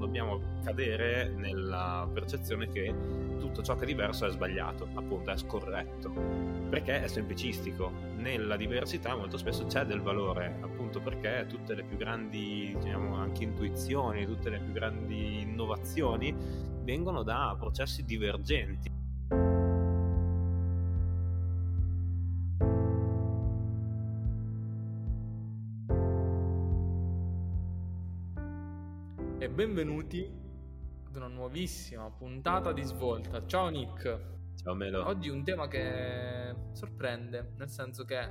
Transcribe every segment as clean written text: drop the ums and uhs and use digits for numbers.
dobbiamo cadere nella percezione che tutto ciò che è diverso è sbagliato, appunto è scorretto, perché è semplicistico. Nella diversità molto spesso c'è del valore, appunto perché tutte le più grandi, diciamo, anche intuizioni, tutte le più grandi innovazioni vengono da processi divergenti. E benvenuti ad una nuovissima puntata di Svolta. Ciao Nick. Ciao Melo. Oggi un tema che sorprende, nel senso che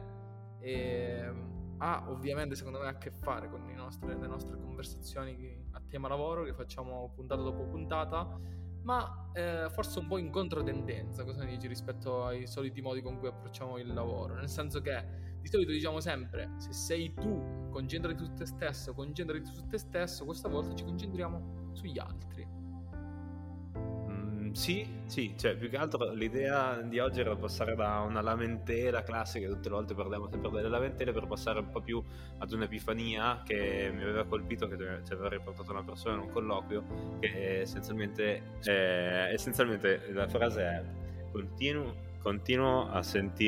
ha ovviamente secondo me a che fare con le nostre conversazioni a tema lavoro che facciamo puntata dopo puntata, ma forse un po' in controtendenza. Cosa ne dici rispetto ai soliti modi con cui approcciamo il lavoro? Nel senso che di solito diciamo sempre: se sei tu, concentrati su te stesso, questa volta ci concentriamo sugli altri. Sì, cioè più che altro l'idea di oggi era passare da una lamentela classica, che tutte le volte parliamo sempre delle lamentele, per passare un po' più ad un'epifania che mi aveva colpito, che ci aveva riportato una persona in un colloquio, che essenzialmente la frase è: continuo a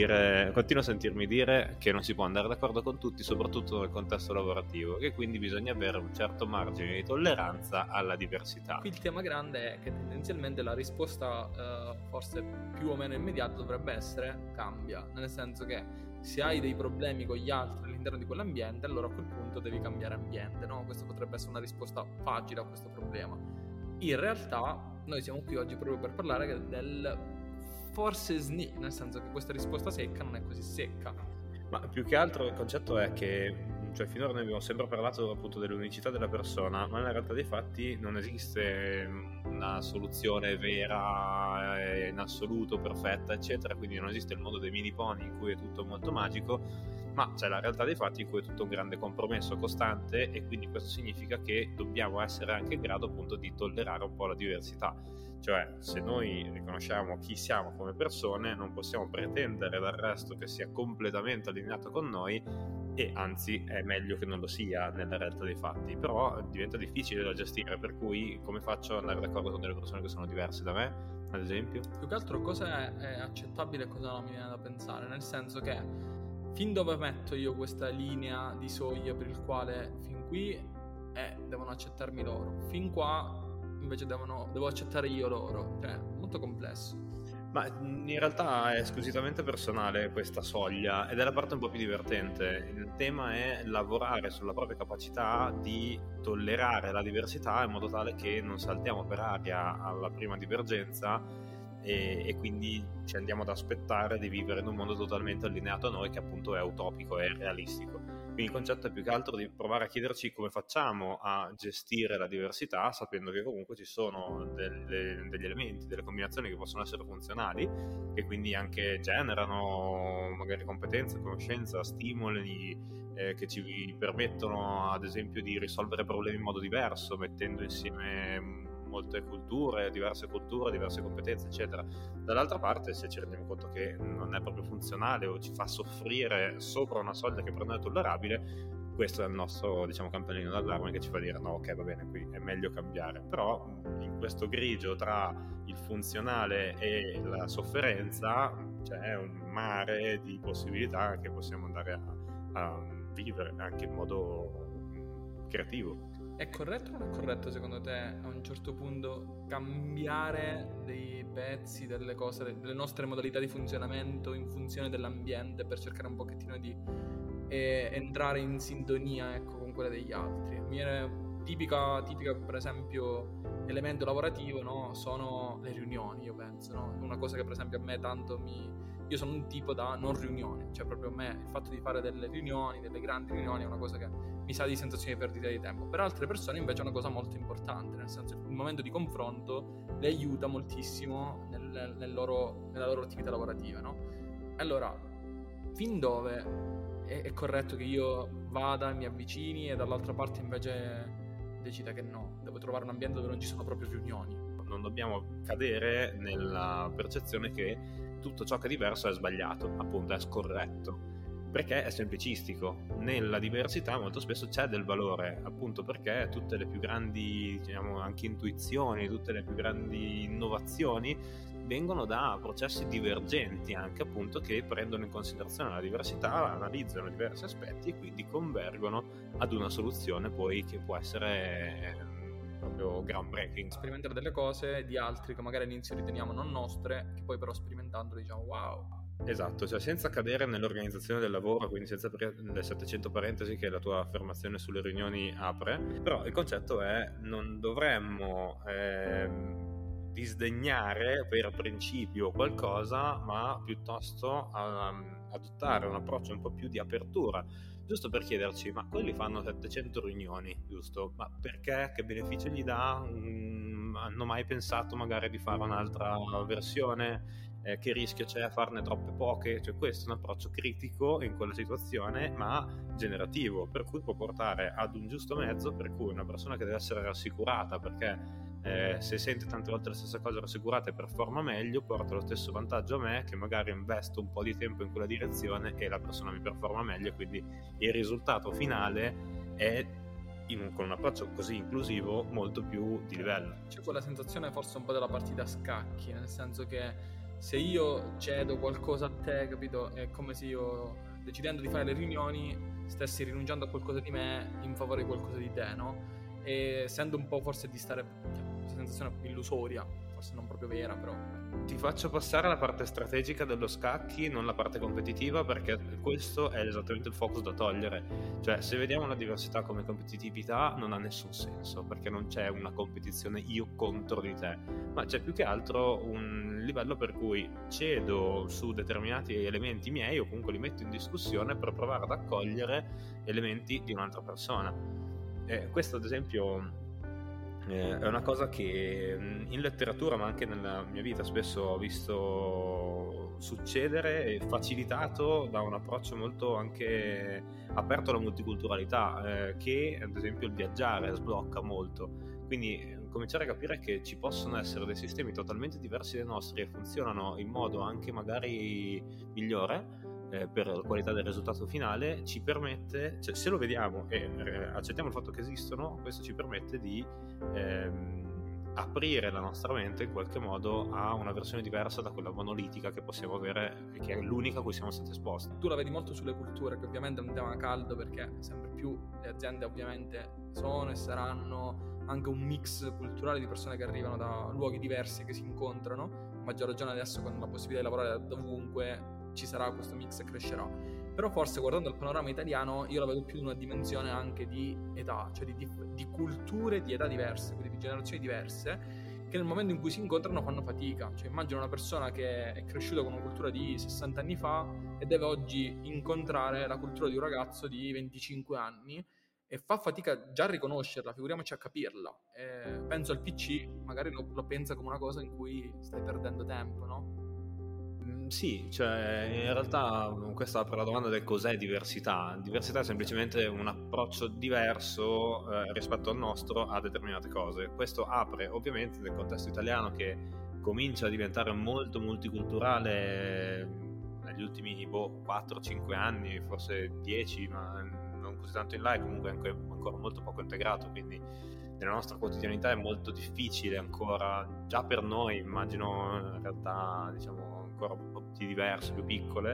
sentirmi dire che non si può andare d'accordo con tutti, soprattutto nel contesto lavorativo, che quindi bisogna avere un certo margine di tolleranza alla diversità. Qui il tema grande è che tendenzialmente la risposta forse più o meno immediata dovrebbe essere: cambia, nel senso che se hai dei problemi con gli altri all'interno di quell'ambiente, allora a quel punto devi cambiare ambiente, no? Questa potrebbe essere una risposta facile a questo problema. In realtà noi siamo qui oggi proprio per parlare del forse SNI, nel senso che questa risposta secca non è così secca. Ma più che altro il concetto è che, cioè, finora noi abbiamo sempre parlato appunto dell'unicità della persona, ma nella realtà dei fatti non esiste una soluzione vera, in assoluto, perfetta, eccetera, quindi non esiste il mondo dei mini pony in cui è tutto molto magico, ma c'è la realtà dei fatti in cui è tutto un grande compromesso costante, e quindi questo significa che dobbiamo essere anche in grado appunto di tollerare un po' la diversità. Cioè, se noi riconosciamo chi siamo come persone, non possiamo pretendere dal resto che sia completamente allineato con noi, e anzi è meglio che non lo sia nella realtà dei fatti, però diventa difficile da gestire, per cui come faccio ad andare d'accordo con delle persone che sono diverse da me, ad esempio? Più che altro cosa è accettabile e cosa non mi viene da pensare, nel senso che fin dove metto io questa linea di soglia per il quale fin qui devono accettarmi loro, fin qua invece devo accettare io loro, cioè molto complesso. Ma in realtà è squisitamente personale questa soglia, ed è la parte un po' più divertente. Il tema è lavorare sulla propria capacità di tollerare la diversità in modo tale che non saltiamo per aria alla prima divergenza e quindi ci andiamo ad aspettare di vivere in un mondo totalmente allineato a noi, che appunto è utopico, è realistico. Quindi il concetto è più che altro di provare a chiederci come facciamo a gestire la diversità, sapendo che comunque ci sono degli elementi, delle combinazioni che possono essere funzionali, che quindi anche generano magari competenze, conoscenza, stimoli che ci permettono ad esempio di risolvere problemi in modo diverso, mettendo insieme molte culture, diverse competenze, eccetera. Dall'altra parte, se ci rendiamo conto che non è proprio funzionale o ci fa soffrire sopra una soglia che per noi è tollerabile, questo è il nostro, diciamo, campanellino d'allarme che ci fa dire: no, ok, va bene, qui è meglio cambiare. Però in questo grigio tra il funzionale e la sofferenza c'è un mare di possibilità che possiamo andare a vivere anche in modo creativo. È corretto o non è corretto secondo te a un certo punto cambiare dei pezzi, delle cose, delle nostre modalità di funzionamento in funzione dell'ambiente, per cercare un pochettino di entrare in sintonia, ecco, con quelle degli altri? Mi viene tipica per esempio elemento lavorativo, no? Sono le riunioni, io penso, no? Una cosa che per esempio a me tanto io sono un tipo da non riunione, cioè proprio a me il fatto di fare delle riunioni, delle grandi riunioni, è una cosa che mi sa di sensazione di perdita di tempo. Per altre persone invece è una cosa molto importante, nel senso che il momento di confronto le aiuta moltissimo nella loro attività lavorativa, no? Allora, fin dove è corretto che io vada, mi avvicini e dall'altra parte invece decida che no, devo trovare un ambiente dove non ci sono proprio riunioni? Non dobbiamo cadere nella percezione che tutto ciò che è diverso è sbagliato, appunto è scorretto, perché è semplicistico. Nella diversità molto spesso c'è del valore, appunto perché tutte le più grandi, diciamo, anche intuizioni, tutte le più grandi innovazioni vengono da processi divergenti, anche appunto, che prendono in considerazione la diversità, analizzano diversi aspetti e quindi convergono ad una soluzione poi che può essere proprio groundbreaking. Sperimentare delle cose di altri che magari all'inizio riteniamo non nostre, che poi però sperimentandolo diciamo wow. Esatto, cioè senza cadere nell'organizzazione del lavoro, quindi senza aprire le 700 parentesi che la tua affermazione sulle riunioni apre, però il concetto è: non dovremmo disdegnare per principio qualcosa, ma piuttosto adottare un approccio un po' più di apertura, giusto per chiederci: ma quelli fanno 700 riunioni, giusto? Ma perché? Che beneficio gli dà? Hanno mai pensato magari di fare un'altra versione? Che rischio c'è a farne troppe poche? Cioè, questo è un approccio critico in quella situazione, ma generativo, per cui può portare ad un giusto mezzo, per cui una persona che deve essere rassicurata perché se sente tante volte la stessa cosa rassicurata e performa meglio, porta lo stesso vantaggio a me che magari investo un po' di tempo in quella direzione e la persona mi performa meglio, quindi il risultato finale è con un approccio così inclusivo molto più di livello. C'è quella sensazione forse un po' della partita a scacchi, nel senso che se io cedo qualcosa a te, capito, è come se io, decidendo di fare le riunioni, stessi rinunciando a qualcosa di me in favore di qualcosa di te, no? E essendo un po' forse di stare, questa sensazione illusoria, forse non proprio vera, però ti faccio passare la parte strategica dello scacchi, non la parte competitiva, perché questo è esattamente il focus da togliere. Cioè, se vediamo la diversità come competitività, non ha nessun senso, perché non c'è una competizione io contro di te, ma c'è più che altro un livello per cui cedo su determinati elementi miei o comunque li metto in discussione per provare ad accogliere elementi di un'altra persona. Questo ad esempio è una cosa che in letteratura, ma anche nella mia vita, spesso ho visto succedere e facilitato da un approccio molto anche aperto alla multiculturalità, che ad esempio il viaggiare sblocca molto. Quindi cominciare a capire che ci possono essere dei sistemi totalmente diversi dai nostri e funzionano in modo anche magari migliore per la qualità del risultato finale, ci permette, cioè, se lo vediamo e accettiamo il fatto che esistono, questo ci permette di aprire la nostra mente in qualche modo a una versione diversa da quella monolitica che possiamo avere, che è l'unica a cui siamo stati esposti. Tu la vedi molto sulle culture, che ovviamente è un tema caldo, perché sempre più le aziende ovviamente sono e saranno anche un mix culturale di persone che arrivano da luoghi diversi, che si incontrano, a maggior ragione adesso con la possibilità di lavorare da ovunque ci sarà questo mix e crescerà. Però forse guardando il panorama italiano io la vedo più in una dimensione anche di età, cioè di culture di età diverse, quindi di generazioni diverse, che nel momento in cui si incontrano fanno fatica. Cioè immagino una persona che è cresciuta con una cultura di 60 anni fa e deve oggi incontrare la cultura di un ragazzo di 25 anni e fa fatica già a riconoscerla, figuriamoci a capirla. Penso al PC, magari lo pensa come una cosa in cui stai perdendo tempo, no? Sì, cioè in realtà questa apre la domanda del cos'è diversità. Diversità è semplicemente un approccio diverso rispetto al nostro a determinate cose. Questo apre ovviamente nel contesto italiano, che comincia a diventare molto multiculturale negli ultimi 4-5 anni, forse 10, ma non così tanto in là, e comunque anche ancora molto poco integrato, quindi nella nostra quotidianità è molto difficile ancora, già per noi, immagino in realtà diciamo ancora un po' più diverse, più piccole,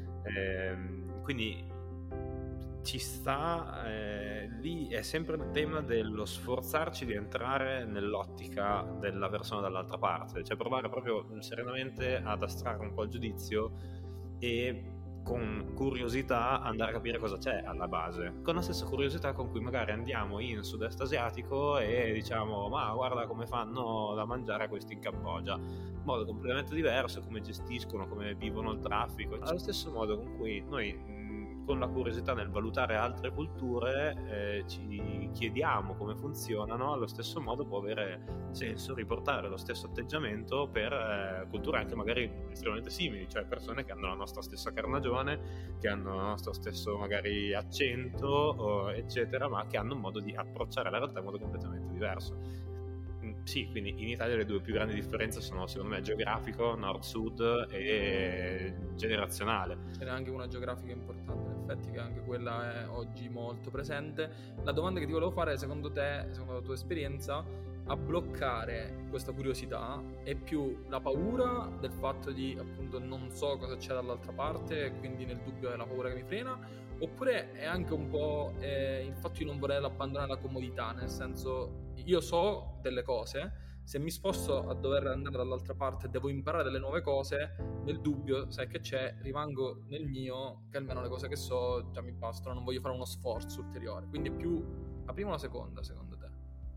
quindi ci sta, lì è sempre il tema dello sforzarci di entrare nell'ottica della persona dall'altra parte, cioè provare proprio serenamente ad astrarre un po' il giudizio e con curiosità andare a capire cosa c'è alla base, con la stessa curiosità con cui magari andiamo in sud-est asiatico e diciamo: ma guarda come fanno da mangiare questi in Cambogia, in modo completamente diverso, come gestiscono, come vivono il traffico, allo stesso modo con cui noi con la curiosità nel valutare altre culture ci chiediamo come funzionano. Allo stesso modo può avere senso riportare lo stesso atteggiamento per culture anche magari estremamente simili, cioè persone che hanno la nostra stessa carnagione, che hanno il nostro stesso magari accento eccetera, ma che hanno un modo di approcciare la realtà in modo completamente diverso. Sì, quindi in Italia le due più grandi differenze sono, secondo me, geografico, nord-sud, e generazionale. Ce n'è anche una geografica importante, in effetti, che anche quella è oggi molto presente. La domanda che ti volevo fare, secondo te, secondo la tua esperienza, a bloccare questa curiosità è più la paura del fatto di, appunto, non so cosa c'è dall'altra parte, e quindi nel dubbio è la paura che mi frena, oppure è anche un po' il fatto di non voler abbandonare la comodità, nel senso, io so delle cose, se mi sposto a dover andare dall'altra parte e devo imparare delle nuove cose, nel dubbio, sai che c'è, rimango nel mio, che almeno le cose che so già mi bastano, non voglio fare uno sforzo ulteriore. Quindi è più la prima o la seconda, secondo te?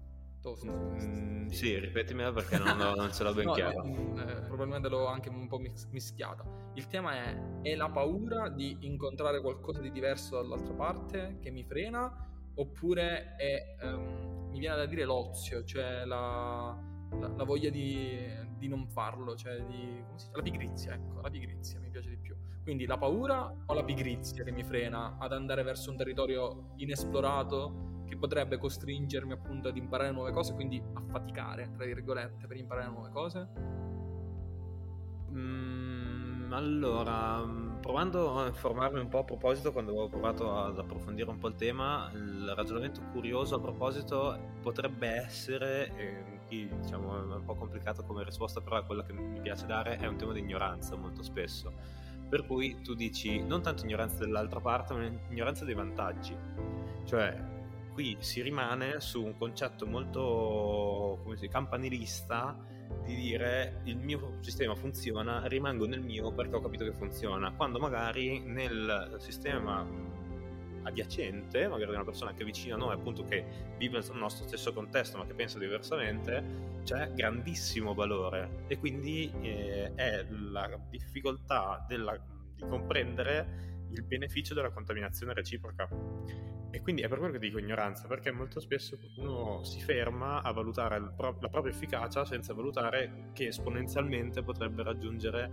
Sì, ripetimela perché non ce l'ho ben chiara. Probabilmente l'ho anche un po' mischiata. Il tema è la paura di incontrare qualcosa di diverso dall'altra parte che mi frena, oppure mi viene da dire l'ozio, cioè la voglia di non farlo, cioè come si dice? La pigrizia, ecco, la pigrizia mi piace di più. Quindi la paura o la pigrizia che mi frena ad andare verso un territorio inesplorato che potrebbe costringermi, appunto, ad imparare nuove cose, quindi a faticare, tra virgolette, per imparare nuove cose? Allora, provando a informarmi un po' a proposito, quando avevo provato ad approfondire un po' il tema, il ragionamento curioso a proposito potrebbe essere, diciamo è un po' complicato come risposta, però quella che mi piace dare è un tema di ignoranza molto spesso, per cui tu dici non tanto ignoranza dell'altra parte, ma ignoranza dei vantaggi, cioè qui si rimane su un concetto molto, come si dice, campanilista, di dire il mio sistema funziona, rimango nel mio perché ho capito che funziona, quando magari nel sistema adiacente, magari di una persona che è vicina a noi, appunto, che vive nel nostro stesso contesto ma che pensa diversamente, c'è grandissimo valore, e quindi è la difficoltà di comprendere il beneficio della contaminazione reciproca. E quindi è per quello che dico ignoranza, perché molto spesso uno si ferma a valutare la propria efficacia senza valutare che esponenzialmente potrebbe raggiungere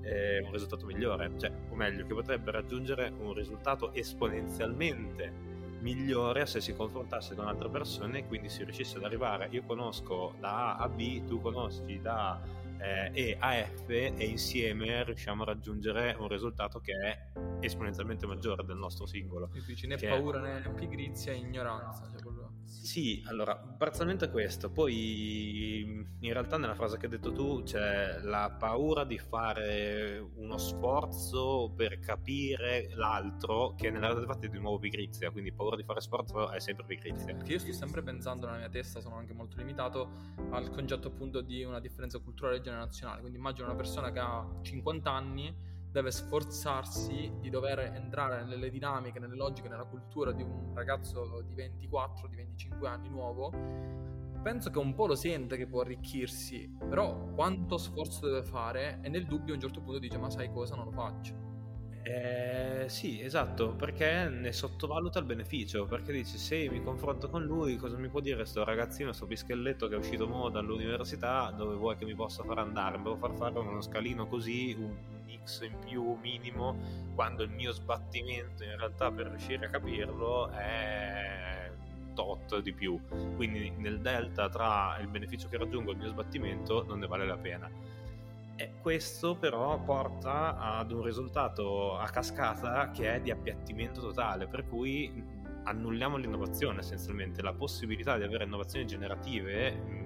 un risultato migliore, cioè, o meglio, che potrebbe raggiungere un risultato esponenzialmente migliore se si confrontasse con altre persone, e quindi si riuscisse ad arrivare, io conosco da A a B, tu conosci da E a F, e insieme riusciamo a raggiungere un risultato che è esponenzialmente maggiore del nostro singolo. Quindi dici né paura né pigrizia, ignoranza, cioè quello... Sì, allora, parzialmente è questo. Poi in realtà nella frase che hai detto tu c'è la paura di fare uno sforzo per capire l'altro, che nella realtà infatti è di nuovo pigrizia, quindi paura di fare sforzo è sempre pigrizia. Perché io sto sempre pensando nella mia testa, sono anche molto limitato al concetto, appunto, di una differenza culturale generazionale. Quindi immagino una persona che ha 50 anni deve sforzarsi di dover entrare nelle dinamiche, nelle logiche, nella cultura di un ragazzo di 24, di 25 anni nuovo. Penso che un po' lo sente che può arricchirsi, però quanto sforzo deve fare, e nel dubbio a un certo punto dice: ma sai cosa, non lo faccio. Sì, esatto, perché ne sottovaluta il beneficio, perché dici: se mi confronto con lui, cosa mi può dire sto ragazzino, sto pischelletto che è uscito nuovo dall'università, dove vuoi che mi possa far andare? Mi devo far fare uno scalino così, un X in più minimo, quando il mio sbattimento in realtà per riuscire a capirlo è tot di più, quindi nel delta tra il beneficio che raggiungo e il mio sbattimento non ne vale la pena. E questo però porta ad un risultato a cascata che è di appiattimento totale, per cui annulliamo l'innovazione, essenzialmente la possibilità di avere innovazioni generative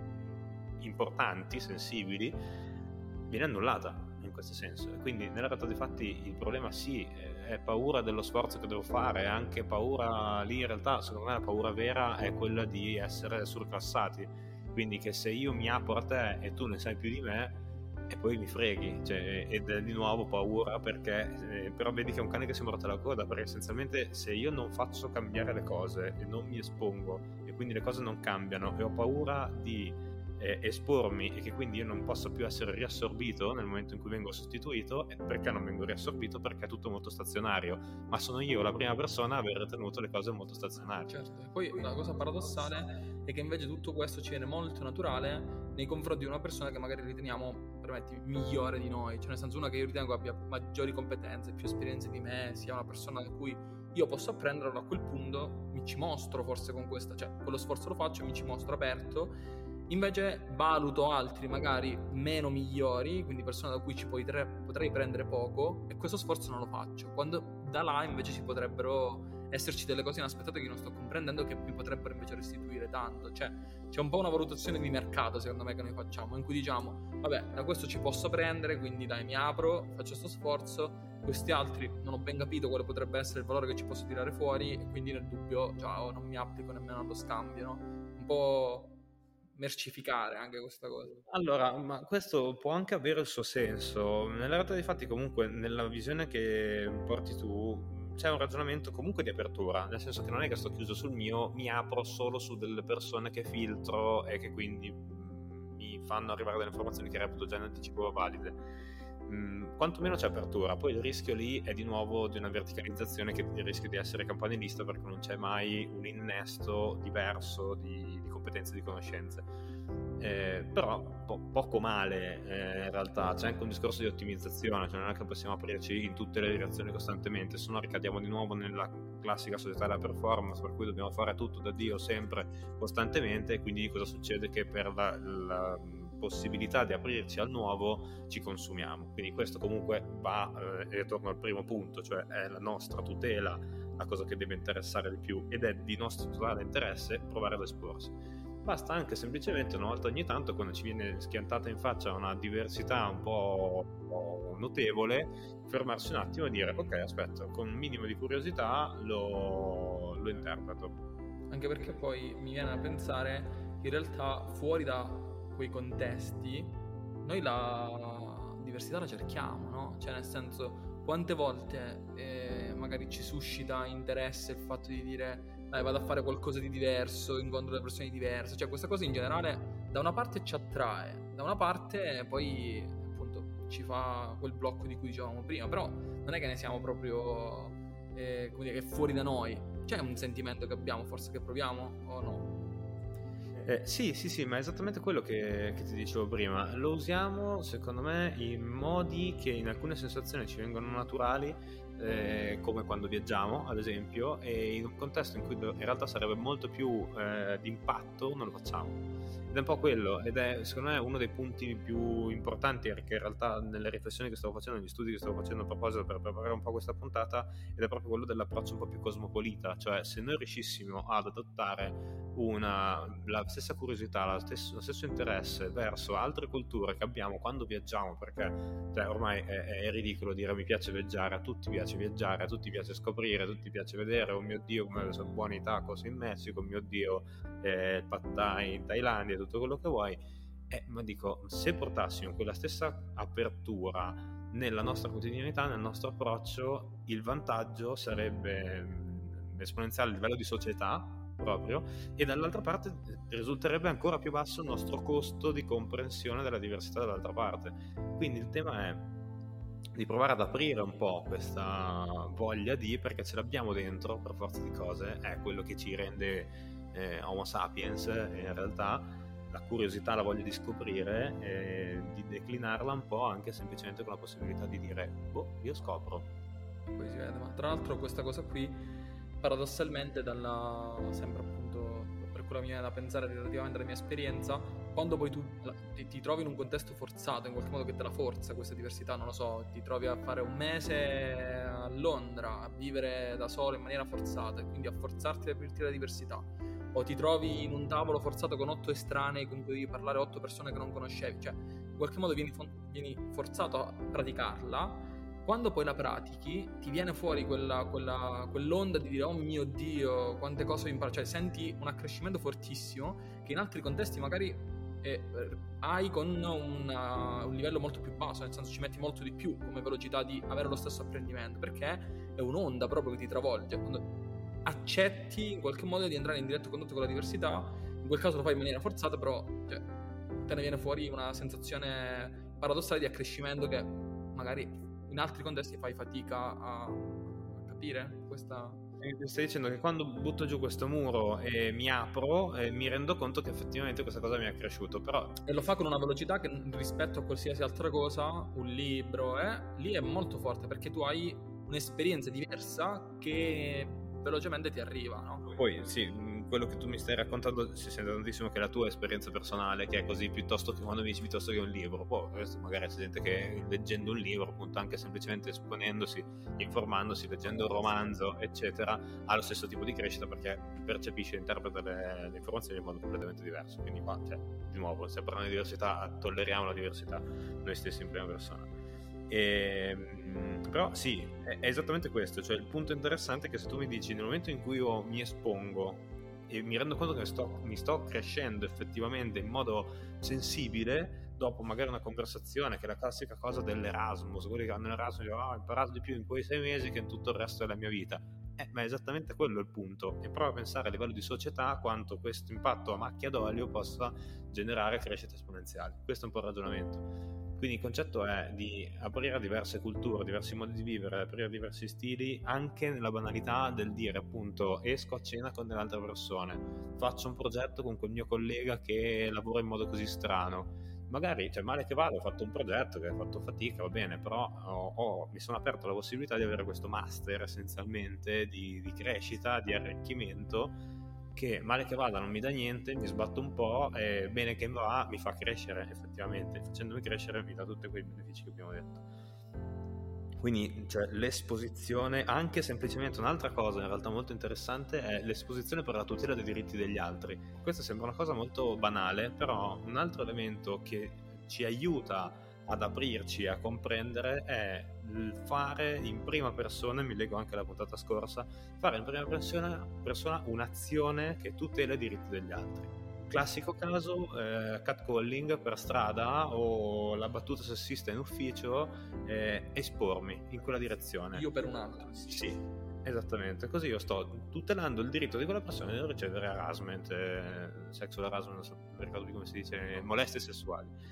importanti, sensibili, viene annullata in questo senso. E quindi nella realtà dei fatti il problema sì è paura dello sforzo che devo fare, anche paura lì, in realtà secondo me la paura vera è quella di essere surclassati, quindi che se io mi apro a te e tu ne sai più di me e poi mi freghi, cioè, ed è di nuovo paura, perché però vedi che è un cane che si morde la coda, perché essenzialmente se io non faccio cambiare le cose e non mi espongo e quindi le cose non cambiano e ho paura di espormi e che quindi io non possa più essere riassorbito nel momento in cui vengo sostituito, e perché non vengo riassorbito? Perché è tutto molto stazionario, ma sono io la prima persona a aver ritenuto le cose molto stazionarie. Certo, e poi la cosa paradossale è che invece tutto questo ci viene molto naturale nei confronti di una persona che magari riteniamo, permetti, migliore di noi, cioè nel senso una che io ritengo abbia maggiori competenze, più esperienze di me, sia una persona da cui io posso apprendere. A quel punto mi ci mostro forse con questa, cioè quello sforzo lo faccio, mi ci mostro aperto, Invece valuto altri magari meno migliori, quindi persone da cui potrei prendere poco, e questo sforzo non lo faccio. Quando da là invece ci potrebbero esserci delle cose inaspettate che io non sto comprendendo, che mi potrebbero invece restituire tanto. Cioè c'è un po' una valutazione di mercato, secondo me, che noi facciamo, in cui diciamo vabbè, da questo ci posso prendere, quindi dai, mi apro, faccio questo sforzo. Questi altri non ho ben capito quale potrebbe essere il valore che ci posso tirare fuori, e quindi nel dubbio non mi applico nemmeno allo scambio, no? Un po' mercificare anche questa cosa. Allora, ma questo può anche avere il suo senso. Nella realtà dei fatti, comunque, nella visione che porti tu, c'è un ragionamento comunque di apertura, nel senso che non è che sto chiuso sul mio, mi apro solo su delle persone che filtro e che quindi mi fanno arrivare delle informazioni che reputo già in anticipo valide. Quantomeno c'è apertura, poi il rischio lì è di nuovo di una verticalizzazione, che il rischio di essere campanilista, perché non c'è mai un innesto diverso di competenze e di conoscenze. Però poco male, in realtà c'è anche un discorso di ottimizzazione, cioè non è che possiamo aprirci in tutte le direzioni costantemente, se no ricadiamo di nuovo nella classica società della performance, per cui dobbiamo fare tutto da Dio sempre, costantemente, e quindi cosa succede? Che per la possibilità di aprirci al nuovo ci consumiamo. Quindi questo comunque va, e torno al primo punto, cioè è la nostra tutela la cosa che deve interessare di più, ed è di nostro totale interesse provare ad esporsi. Basta anche semplicemente una volta ogni tanto, quando ci viene schiantata in faccia una diversità un po' notevole, fermarsi un attimo e dire ok, aspetta, con un minimo di curiosità lo interpreto. Anche perché poi mi viene da pensare che in realtà fuori da quei contesti noi la diversità la cerchiamo, no? Cioè nel senso, quante volte magari ci suscita interesse il fatto di dire dai, vado a fare qualcosa di diverso, incontro delle persone diverse, cioè questa cosa in generale da una parte ci attrae, da una parte poi appunto ci fa quel blocco di cui dicevamo prima, però non è che ne siamo proprio come dire, che è fuori da noi. C'è un sentimento che abbiamo, forse, che proviamo o no? Sì, ma è esattamente quello che ti dicevo prima. Lo usiamo, secondo me, in modi che in alcune sensazioni ci vengono naturali, come quando viaggiamo, ad esempio, e in un contesto in cui in realtà sarebbe molto più di impatto, non lo facciamo. Ed è un po' quello, ed è secondo me uno dei punti più importanti, perché in realtà nelle riflessioni che stavo facendo, negli studi che stavo facendo a proposito per preparare un po' questa puntata, ed è proprio quello dell'approccio un po' più cosmopolita, cioè se noi riuscissimo ad adottare la stessa curiosità, lo stesso interesse verso altre culture che abbiamo quando viaggiamo, perché cioè, ormai è ridicolo dire mi piace viaggiare, a tutti piace viaggiare, a tutti piace scoprire, a tutti piace vedere, oh mio Dio come sono buoni i tacos in Messico, oh mio Dio il pad thai in Thailandia, tutto quello che vuoi. Ma dico, se portassimo quella stessa apertura nella nostra quotidianità, nel nostro approccio, il vantaggio sarebbe esponenziale a livello di società proprio, e dall'altra parte risulterebbe ancora più basso il nostro costo di comprensione della diversità dall'altra parte. Quindi il tema è di provare ad aprire un po' questa voglia perché ce l'abbiamo dentro per forza di cose, è quello che ci rende Homo sapiens, in realtà la curiosità, la voglia di scoprire, e di declinarla un po' anche semplicemente con la possibilità di dire io scopro. Poi si vede, ma tra l'altro questa cosa qui paradossalmente sempre appunto per quello che mi viene da pensare relativamente alla mia esperienza, quando poi tu ti trovi in un contesto forzato, in qualche modo che te la forza questa diversità, non lo so, ti trovi a fare un mese a Londra, a vivere da solo in maniera forzata e quindi a forzarti ad aprirti la diversità, o ti trovi in un tavolo forzato con 8 estranei con cui devi parlare 8 persone che non conoscevi, cioè in qualche modo vieni forzato a praticarla. Quando poi la pratichi ti viene fuori quell'onda di dire oh mio Dio quante cose ho imparato, cioè senti un accrescimento fortissimo che in altri contesti magari hai con un livello molto più basso, nel senso ci metti molto di più come velocità di avere lo stesso apprendimento, perché è un'onda proprio che ti travolge. Quando accetti in qualche modo di entrare in diretto contatto con la diversità, in quel caso lo fai in maniera forzata, però te ne viene fuori una sensazione paradossale di accrescimento che magari in altri contesti fai fatica a capire questa. Stai dicendo che quando butto giù questo muro e mi apro, mi rendo conto che effettivamente questa cosa mi è cresciuto, però. E lo fa con una velocità che rispetto a qualsiasi altra cosa, un libro, lì è molto forte perché tu hai un'esperienza diversa che velocemente ti arriva, no? Poi sì, quello che tu mi stai raccontando si sente tantissimo che è la tua esperienza personale, che è così, piuttosto che quando mi dici piuttosto che un libro. Poi magari c'è gente che leggendo un libro, appunto, anche semplicemente esponendosi, informandosi, leggendo un romanzo, eccetera, ha lo stesso tipo di crescita, perché percepisce e interpreta le informazioni in modo completamente diverso. Quindi qua, cioè, di nuovo, se parliamo di diversità, tolleriamo la diversità noi stessi in prima persona. Però sì, è esattamente questo, cioè il punto interessante è che se tu mi dici nel momento in cui io mi espongo e mi rendo conto che mi sto crescendo effettivamente in modo sensibile, dopo magari una conversazione, che è la classica cosa dell'Erasmus, quelli che hanno l'Erasmus dicono ho imparato di più in quei 6 mesi che in tutto il resto della mia vita, ma è esattamente quello il punto. E prova a pensare a livello di società quanto questo impatto a macchia d'olio possa generare crescite esponenziali. Questo è un po' il ragionamento. Quindi il concetto è di aprire a diverse culture, diversi modi di vivere, aprire a diversi stili, anche nella banalità del dire, appunto, esco a cena con delle altre persone, faccio un progetto con quel mio collega che lavora in modo così strano. Magari, cioè, male che vada, ho fatto un progetto che ha fatto fatica, va bene, però mi sono aperto alla possibilità di avere questo master essenzialmente di crescita, di arricchimento, che male che vada non mi dà niente, mi sbatto un po', e bene che va mi fa crescere effettivamente, facendomi crescere mi dà tutti quei benefici che abbiamo detto. Quindi, cioè, l'esposizione, anche semplicemente un'altra cosa in realtà molto interessante è l'esposizione per la tutela dei diritti degli altri. Questa sembra una cosa molto banale, però un altro elemento che ci aiuta ad aprirci a comprendere è il fare in prima persona, mi leggo anche alla puntata scorsa, fare in prima persona un'azione che tutela i diritti degli altri. Classico caso, catcalling per strada o la battuta sessista in ufficio, espormi in quella direzione. Io per un altro. Sì, esattamente. Così io sto tutelando il diritto di quella persona di non ricevere harassment, sexual harassment, non so, non ricordo più come si dice, molestie sessuali.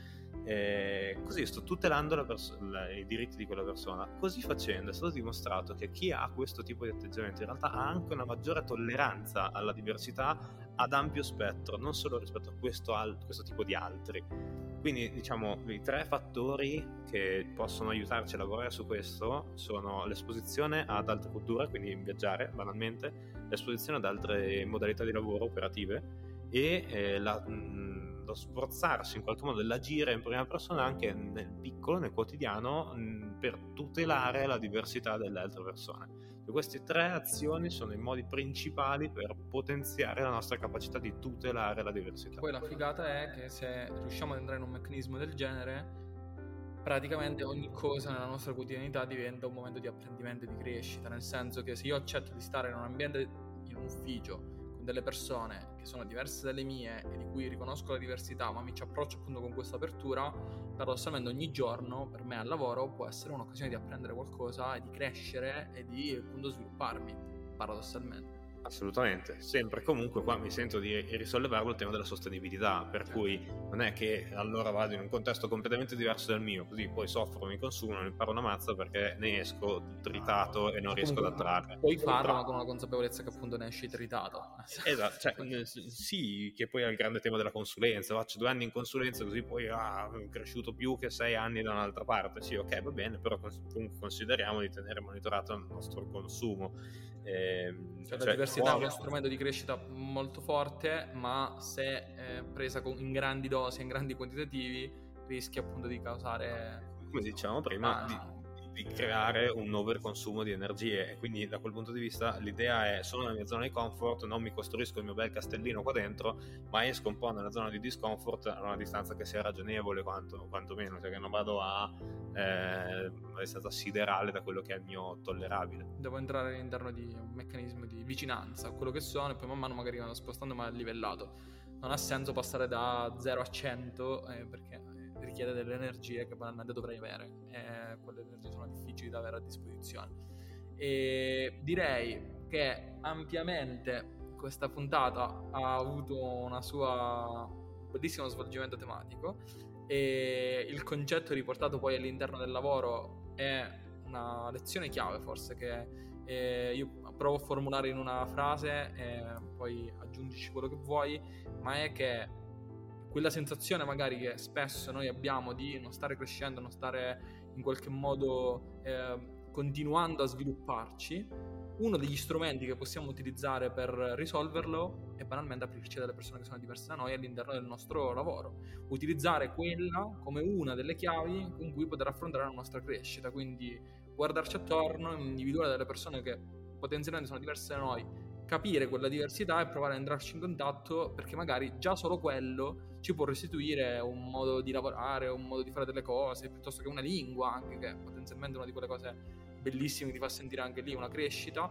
Così sto tutelando i diritti di quella persona. Così facendo è stato dimostrato che chi ha questo tipo di atteggiamento in realtà ha anche una maggiore tolleranza alla diversità ad ampio spettro, non solo rispetto a questo tipo di altri. Quindi, diciamo, i 3 fattori che possono aiutarci a lavorare su questo sono l'esposizione ad altre culture, quindi viaggiare banalmente, l'esposizione ad altre modalità di lavoro operative e lo sforzarsi in qualche modo dell'agire in prima persona anche nel piccolo, nel quotidiano, per tutelare la diversità delle altre persone. E queste 3 azioni sono i modi principali per potenziare la nostra capacità di tutelare la diversità. Poi la figata è che se riusciamo ad entrare in un meccanismo del genere, praticamente ogni cosa nella nostra quotidianità diventa un momento di apprendimento e di crescita, nel senso che se io accetto di stare in un ambiente, in un ufficio, delle persone che sono diverse dalle mie e di cui riconosco la diversità, ma mi ci approccio appunto con questa apertura, paradossalmente ogni giorno per me al lavoro può essere un'occasione di apprendere qualcosa e di crescere e di appunto svilupparmi, paradossalmente. Assolutamente, sempre comunque qua mi sento di risollevarlo il tema della sostenibilità, per cui non è che allora vado in un contesto completamente diverso dal mio, così poi soffro, mi consumo, non imparo una mazza perché ne esco tritato e non riesco ad attrarre. Puoi farlo ma con una consapevolezza che appunto ne esci tritato. Esatto, cioè, sì, che poi è il grande tema della consulenza, faccio 2 anni in consulenza così poi cresciuto più che 6 anni da un'altra parte, sì ok va bene, però comunque consideriamo di tenere monitorato il nostro consumo. La diversità è uno strumento di crescita molto forte, ma se presa in grandi dosi, in grandi quantitativi, rischia appunto di causare, come dicevamo prima, di creare un overconsumo di energie. E quindi da quel punto di vista l'idea è: sono nella mia zona di comfort, non mi costruisco il mio bel castellino qua dentro, ma esco un po' nella zona di discomfort a una distanza che sia ragionevole quantomeno, cioè che non vado a una distanza siderale da quello che è il mio tollerabile. Devo entrare all'interno di un meccanismo di vicinanza a quello che sono, e poi man mano magari vado spostando ma livellato. Non ha senso passare da 0 a 100 perché richiede delle energie che banalmente dovrei avere, e quelle energie sono difficili da avere a disposizione. E direi che ampiamente questa puntata ha avuto una sua bellissimo svolgimento tematico, e il concetto riportato poi all'interno del lavoro è una lezione chiave forse che io provo a formulare in una frase e poi aggiungici quello che vuoi, ma è che quella sensazione magari che spesso noi abbiamo di non stare crescendo, non stare in qualche modo continuando a svilupparci, uno degli strumenti che possiamo utilizzare per risolverlo è banalmente aprirci delle persone che sono diverse da noi all'interno del nostro lavoro, utilizzare quella come una delle chiavi con cui poter affrontare la nostra crescita, quindi guardarci attorno, individuare delle persone che potenzialmente sono diverse da noi, capire quella diversità e provare ad entrarci in contatto, perché magari già solo quello ci può restituire un modo di lavorare, un modo di fare delle cose, piuttosto che una lingua, anche, che è potenzialmente una di quelle cose bellissime che ti fa sentire anche lì una crescita,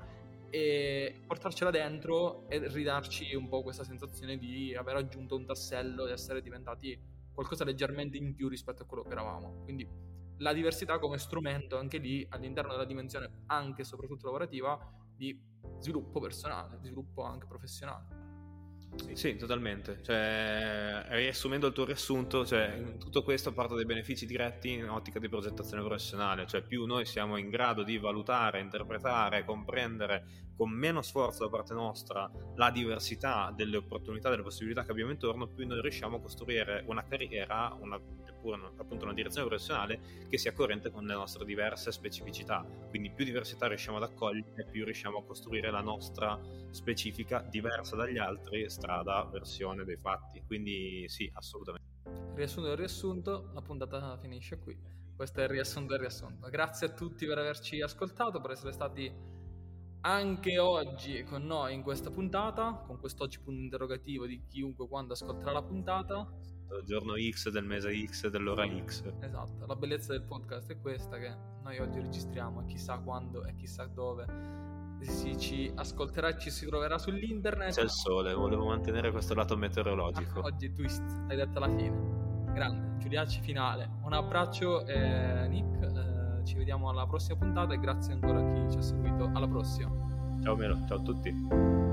e portarcela dentro e ridarci un po' questa sensazione di aver aggiunto un tassello, di essere diventati qualcosa leggermente in più rispetto a quello che eravamo. Quindi la diversità come strumento anche lì all'interno della dimensione anche e soprattutto lavorativa di sviluppo personale, di sviluppo anche professionale. Sì, totalmente. Cioè, riassumendo il tuo riassunto, cioè, tutto questo parte dai benefici diretti in ottica di progettazione professionale, cioè più noi siamo in grado di valutare, interpretare, comprendere con meno sforzo da parte nostra la diversità delle opportunità, delle possibilità che abbiamo intorno, più noi riusciamo a costruire una carriera, appunto una direzione professionale che sia coerente con le nostre diverse specificità. Quindi più diversità riusciamo ad accogliere, più riusciamo a costruire la nostra specifica, diversa dagli altri, strada, versione dei fatti. Quindi sì, assolutamente. Riassunto del riassunto, la puntata finisce qui. Questo è il riassunto del riassunto. Grazie a tutti per averci ascoltato, per essere stati anche oggi con noi in questa puntata, con quest'oggi punto interrogativo di chiunque quando ascolterà la puntata. Giorno X del mese X dell'ora X. Esatto, la bellezza del podcast è questa, che noi oggi registriamo e chissà quando e chissà dove ci ascolterà e ci si troverà sull'internet. C'è il sole, volevo mantenere questo lato meteorologico. Oggi twist, l'hai detto alla fine. Grande, Giuliacci finale. Un abbraccio Nick, ci vediamo alla prossima puntata e grazie ancora a chi ci ha seguito. Alla prossima. Ciao Melo, ciao a tutti.